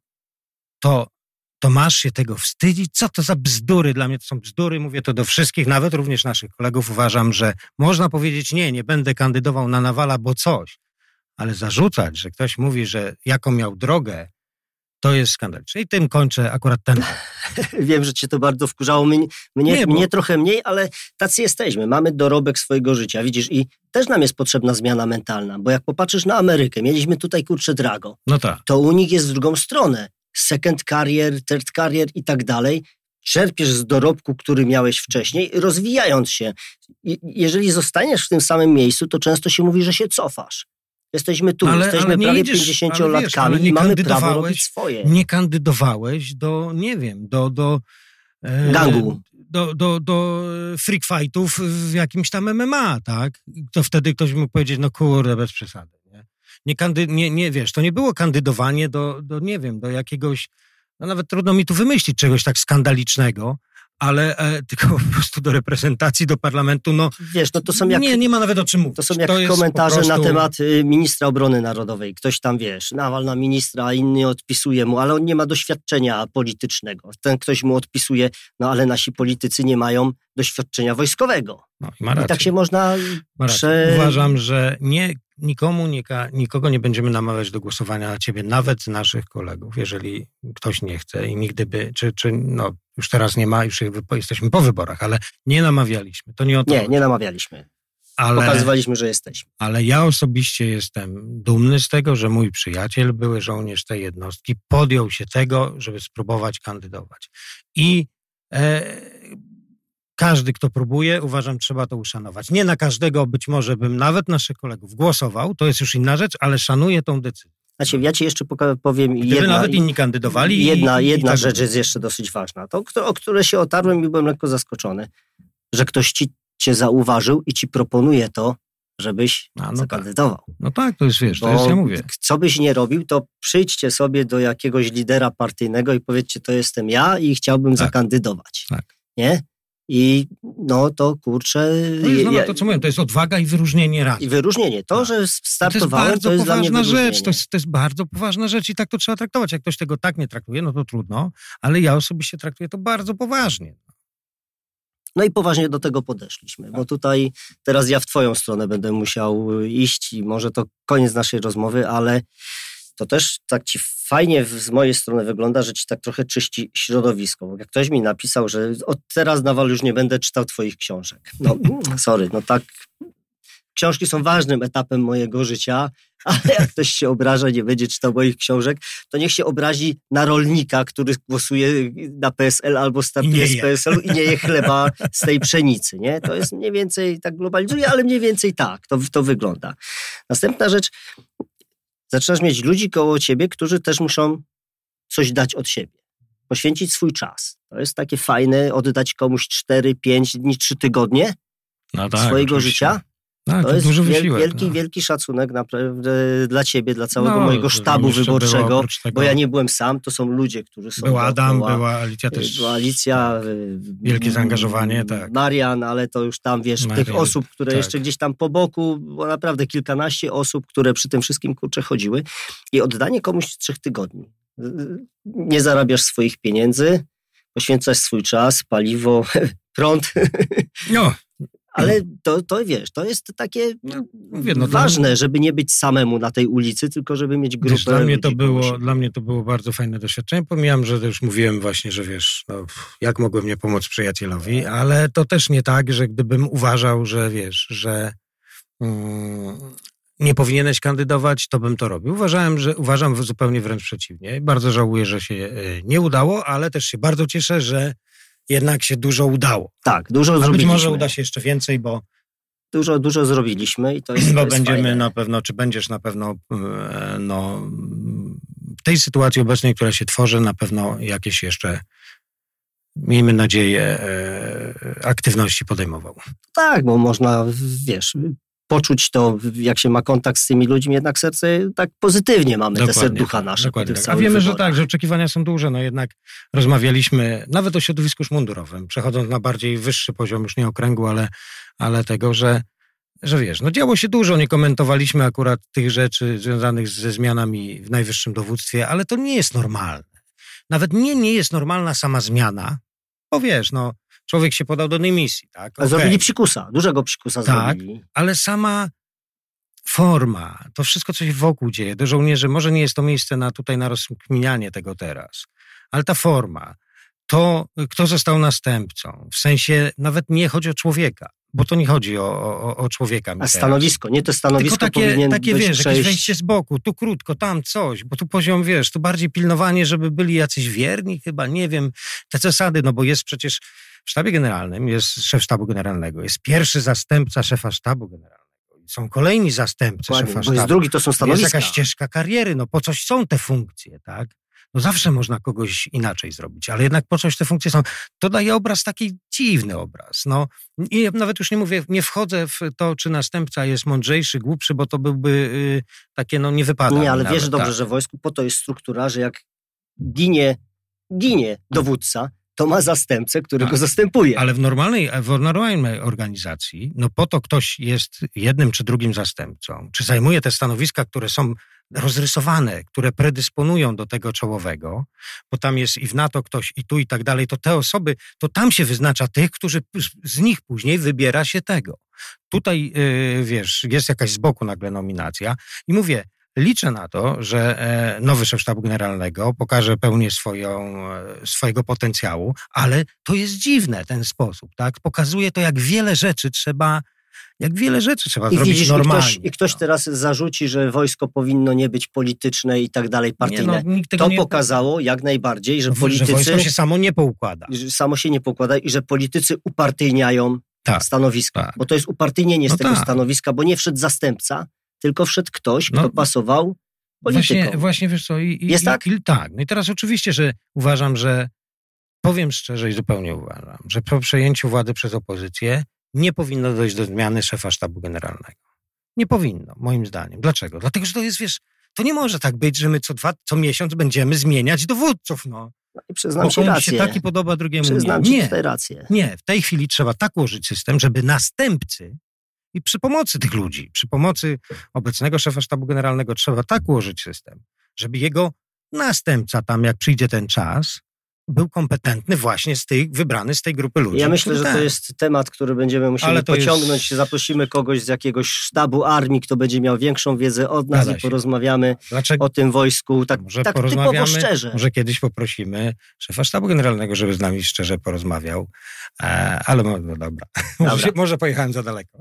to, to masz się tego wstydzić? Co to za bzdury? Dla mnie to są bzdury, mówię to do wszystkich, nawet również naszych kolegów. Uważam, że można powiedzieć nie, nie będę kandydował na Nawala, bo coś. Ale zarzucać, że ktoś mówi, że jaką miał drogę, to jest skandaliczne. I tym kończę akurat ten. Wiem, że cię to bardzo wkurzało. Mnie, mnie, nie, bo... mnie trochę mniej, ale tacy jesteśmy. Mamy dorobek swojego życia, widzisz? I też nam jest potrzebna zmiana mentalna, bo jak popatrzysz na Amerykę, mieliśmy tutaj kurczę Drago, no tak. To u nich jest w drugą stronę. Second career, third career i tak dalej. Czerpiesz z dorobku, który miałeś wcześniej, rozwijając się. I, jeżeli zostaniesz w tym samym miejscu, to często się mówi, że się cofasz. Jesteśmy tu, ale, jesteśmy ale prawie idziesz, pięćdziesięciolatkami wiesz, i mamy prawo robić swoje. Nie kandydowałeś do, nie wiem, do... do e, gangu. Do, do, do freak fightów w jakimś tam M M A, tak? To wtedy ktoś mógł powiedzieć, no kurde, bez przesady. Nie, nie, kandy, nie, nie wiesz, to nie było kandydowanie do, do, nie wiem, do jakiegoś, no nawet trudno mi tu wymyślić czegoś tak skandalicznego, ale e, tylko po prostu do reprezentacji, do parlamentu, no, wiesz, no to są jak, nie, nie ma nawet o czym mówić. To są jak to komentarze prostu... na temat y, ministra obrony narodowej. Ktoś tam, wiesz, nawal na ministra, a inny odpisuje mu, ale on nie ma doświadczenia politycznego. Ten ktoś mu odpisuje, no ale nasi politycy nie mają doświadczenia wojskowego. No, i, ma rację. I tak się można... Ma prze... Uważam, że nie, nikomu, nie, nikogo nie będziemy namawiać do głosowania na ciebie, nawet naszych kolegów, jeżeli ktoś nie chce i nigdy by, czy, czy no już teraz nie ma, już jesteśmy po wyborach, ale nie namawialiśmy. To nie o to. Nie, chodzi. nie namawialiśmy. Ale, Pokazywaliśmy, że jesteśmy. Ale ja osobiście jestem dumny z tego, że mój przyjaciel, były żołnierz tej jednostki, podjął się tego, żeby spróbować kandydować. I e, każdy, kto próbuje, uważam, trzeba to uszanować. Nie na każdego być może bym nawet naszych kolegów głosował, to jest już inna rzecz, ale szanuję tą decyzję. Znaczy, ja ci jeszcze powiem Gdyby jedna, nawet inni kandydowali. Jedna, i, jedna i tak rzecz jest jeszcze dosyć ważna. To, o które się otarłem i byłem lekko zaskoczony, że ktoś ci, cię zauważył i ci proponuje to, żebyś A, no zakandydował. Tak. No tak, to jest, wiesz, Bo to jest, ja mówię. Co byś nie robił, to przyjdźcie sobie do jakiegoś lidera partyjnego i powiedzcie, to jestem ja i chciałbym tak. zakandydować. Tak. Nie? I no to kurczę... To jest no, to, co mówię, to jest odwaga i wyróżnienie razem. I wyróżnienie. To, tak. że startowałem, to jest bardzo to jest poważna rzecz. To jest, to jest bardzo poważna rzecz i tak to trzeba traktować. Jak ktoś tego tak nie traktuje, no to trudno, ale ja osobiście traktuję to bardzo poważnie. No i poważnie do tego podeszliśmy, tak. Bo tutaj teraz ja w twoją stronę będę musiał iść i może to koniec naszej rozmowy, ale to też tak ci fajnie z mojej strony wygląda, że ci tak trochę czyści środowisko. Bo jak ktoś mi napisał, że od teraz Nawal już nie będę czytał twoich książek. No sorry, no tak. Książki są ważnym etapem mojego życia, ale jak ktoś się obraża, nie będzie czytał moich książek, to niech się obrazi na rolnika, który głosuje na P S L albo startuje z P S L-u i nie je chleba z tej pszenicy, nie? To jest mniej więcej, tak globalizuje, ale mniej więcej tak, to, to wygląda. Następna rzecz, zaczynasz mieć ludzi koło ciebie, którzy też muszą coś dać od siebie, poświęcić swój czas. To jest takie fajne, oddać komuś cztery, pięć dni, trzy tygodnie no tak, swojego oczywiście. życia. Tak, to, to jest duży wielki, wysiłek, wielki, no. wielki szacunek naprawdę dla ciebie, dla całego no, mojego sztabu wyborczego, tego... bo ja nie byłem sam, to są ludzie, którzy są... Była Adam, dookoła. była Alicja też. Była Alicja. Wielkie zaangażowanie, tak. Marian, ale to już tam, wiesz, Marian, tych osób, które tak. jeszcze gdzieś tam po boku, było naprawdę kilkanaście osób, które przy tym wszystkim, kurczę, chodziły. I oddanie komuś trzech tygodni. Nie zarabiasz swoich pieniędzy, poświęcasz swój czas, paliwo, prąd. No. Ale to, to wiesz, to jest takie no, mówię, no ważne, to... żeby nie być samemu na tej ulicy, tylko żeby mieć grupę wiesz, dla mnie ludzi to było, Dla mnie to było bardzo fajne doświadczenie. Pomijam, że już mówiłem właśnie, że wiesz, no, jak mogłem nie pomóc przyjacielowi, ale to też nie tak, że gdybym uważał, że wiesz, że mm, nie powinieneś kandydować, to bym to robił. Uważałem, że uważam zupełnie wręcz przeciwnie. Bardzo żałuję, że się nie udało, ale też się bardzo cieszę, że jednak się dużo udało. Tak, dużo A zrobiliśmy. Być może uda się jeszcze więcej, bo... Dużo, dużo zrobiliśmy i to jest Bo to jest będziemy fajne. na pewno, czy będziesz na pewno no, w tej sytuacji obecnej, która się tworzy, na pewno jakieś jeszcze, miejmy nadzieję, aktywności podejmował. Tak, bo można, wiesz... poczuć to, jak się ma kontakt z tymi ludźmi, jednak serce tak pozytywnie mamy, dokładnie, te serducha nasze. Dokładnie. A wiemy, wyborach. że tak, że oczekiwania są duże, no jednak rozmawialiśmy nawet o środowisku szmundurowym, przechodząc na bardziej wyższy poziom, już nie okręgu, ale, ale tego, że, że wiesz, no działo się dużo, nie komentowaliśmy akurat tych rzeczy związanych ze zmianami w najwyższym dowództwie, ale to nie jest normalne. Nawet nie, nie jest normalna sama zmiana, bo wiesz, no człowiek się podał do dymisji, tak? Okay. Zrobili psikusa, dużego psikusa tak, zrobili. Ale sama forma, to wszystko, co się wokół dzieje, do żołnierzy, może nie jest to miejsce na tutaj na rozkminianie tego teraz, ale ta forma, to kto został następcą, w sensie nawet nie chodzi o człowieka, bo to nie chodzi o, o, o człowieka. A stanowisko, nie to stanowisko tylko takie, powinien takie być wiesz, przejść... jakieś wejście z boku, tu krótko, tam coś, bo tu poziom, wiesz, tu bardziej pilnowanie, żeby byli jacyś wierni chyba, nie wiem, te zasady, no bo jest przecież w sztabie generalnym, jest szef sztabu generalnego, jest pierwszy zastępca szefa sztabu generalnego, są kolejni zastępcy Dokładnie, szefa bo sztabu. jest drugi, to są stanowiska. Jest jakaś ścieżka kariery, no po coś są te funkcje, tak? No zawsze można kogoś inaczej zrobić, ale jednak po coś te funkcje są. To daje obraz, taki dziwny obraz. No, i nawet już nie mówię, nie wchodzę w to, czy następca jest mądrzejszy, głupszy, bo to byłby y, takie, no nie wypada. Nie, ale nawet, wiesz dobrze, tak. że w wojsku po to jest struktura, że jak ginie, ginie dowódca, to ma zastępcę, który tak. go zastępuje. Ale w normalnej, w normalnej organizacji, no po to ktoś jest jednym czy drugim zastępcą, czy zajmuje te stanowiska, które są rozrysowane, które predysponują do tego czołowego, bo tam jest i w NATO ktoś, i tu i tak dalej, to te osoby, to tam się wyznacza tych, którzy z nich później wybiera się tego. Tutaj, yy, wiesz, jest jakaś z boku nagle nominacja i mówię, liczę na to, że e, nowy szef sztabu generalnego pokaże pełnię swoją, e, swojego potencjału, ale to jest dziwne, ten sposób, tak? Pokazuje to, jak wiele rzeczy trzeba Jak wiele rzeczy trzeba I zrobić widzisz, normalnie. I ktoś, I ktoś teraz zarzuci, że wojsko powinno nie być polityczne i tak dalej, partyjne. Nie, no, to nie... pokazało jak najbardziej, że no, politycy... Że wojsko się samo nie poukłada. Że samo się nie poukłada i że politycy upartyjniają tak, stanowiska. Tak. Bo to jest upartyjnienie z no tego tak. stanowiska, bo nie wszedł zastępca, tylko wszedł ktoś, kto no, pasował politykom. Właśnie, właśnie wiesz co... I, jest i, tak? I, tak. No i teraz oczywiście, że uważam, że powiem szczerze i zupełnie uważam, że po przejęciu władzy przez opozycję nie powinno dojść do zmiany szefa sztabu generalnego. Nie powinno, moim zdaniem. Dlaczego? Dlatego, że to jest, wiesz, to nie może tak być, że my co dwa, co miesiąc będziemy zmieniać dowódców, no. No i przyznam ci rację. Się taki podoba, drugiemu przyznam nie. Ci Nie. tutaj rację. Nie, w tej chwili trzeba tak ułożyć system, żeby następcy i przy pomocy tych ludzi, przy pomocy obecnego szefa sztabu generalnego trzeba tak ułożyć system, żeby jego następca tam, jak przyjdzie ten czas, był kompetentny właśnie z tych, wybrany z tej grupy ludzi. Ja myślę, że to jest temat, który będziemy musieli pociągnąć. Jest... Zaprosimy kogoś z jakiegoś sztabu armii, kto będzie miał większą wiedzę od nas Zgadza i porozmawiamy Dlaczego? o tym wojsku tak, może tak typowo szczerze. Może kiedyś poprosimy szefa sztabu generalnego, żeby z nami szczerze porozmawiał. E, ale no dobra, dobra. Może, może pojechałem za daleko.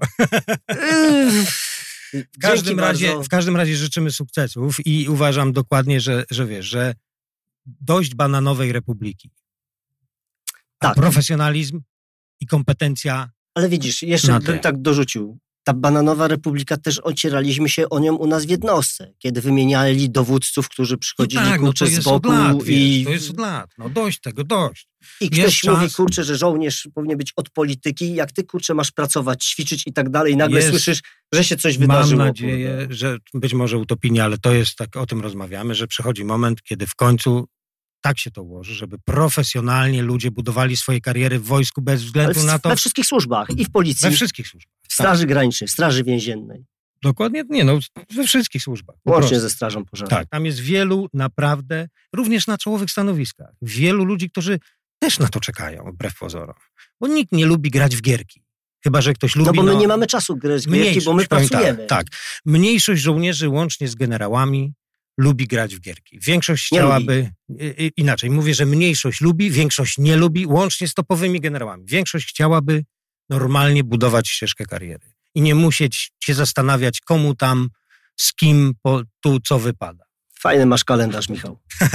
W każdym, razie, w każdym razie życzymy sukcesów i uważam dokładnie, że, że wiesz, że dość bananowej republiki. A tak. Profesjonalizm i kompetencja. Ale widzisz, jeszcze bym tak dorzucił. Ta bananowa republika też ocieraliśmy się o nią u nas w jednostce, kiedy wymieniali dowódców, którzy przychodzili no tak, kurczę no z boku. Lat, i wiesz, to jest od lat. No dość tego, dość. I ktoś jest mówi, czas... kurczę, że żołnierz powinien być od polityki, jak ty, kurczę, masz pracować, ćwiczyć i tak dalej. I nagle jest... słyszysz, że się coś wydarzyło. Mam nadzieję, kurde. że być może utopijnie, ale to jest tak, o tym rozmawiamy, że przychodzi moment, kiedy w końcu tak się to ułoży, żeby profesjonalnie ludzie budowali swoje kariery w wojsku bez względu w, na to... We wszystkich służbach i w policji. We wszystkich służbach. W Straży tak. Granicznej, w Straży Więziennej. Dokładnie, nie no, we wszystkich służbach. Łącznie ze Strażą Pożarną. Tak, tam jest wielu naprawdę, również na czołowych stanowiskach, wielu ludzi, którzy też na to czekają, wbrew pozorom. Bo nikt nie lubi grać w gierki. Chyba że ktoś lubi... No bo my no, nie mamy czasu grać w gierki, bo my pracujemy. Tak, tak. Mniejszość żołnierzy łącznie z generałami lubi grać w gierki. Większość nie chciałaby... Lubi. Inaczej, mówię, że mniejszość lubi, większość nie lubi, łącznie z topowymi generałami. Większość chciałaby normalnie budować ścieżkę kariery. I nie musieć się zastanawiać, komu tam, z kim, po, tu co wypada. Fajny masz kalendarz, Michał.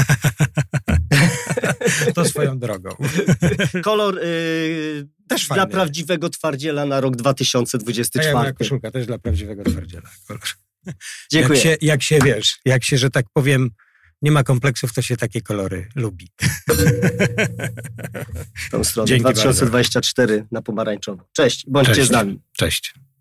To swoją drogą. Kolor yy, też dla fajny. Prawdziwego twardziela na rok dwa tysiące dwudziesty czwarty. A ja koszulka też dla prawdziwego twardziela. Kolor. Dziękuję. Jak się, jak się wiesz, jak się, że tak powiem, nie ma kompleksów, to się takie kolory lubi. W tą stronę. Dzięki dwa tysiące dwudziesty czwarty bardzo. Na pomarańczowo. Cześć, bądźcie Cześć. z nami. Cześć.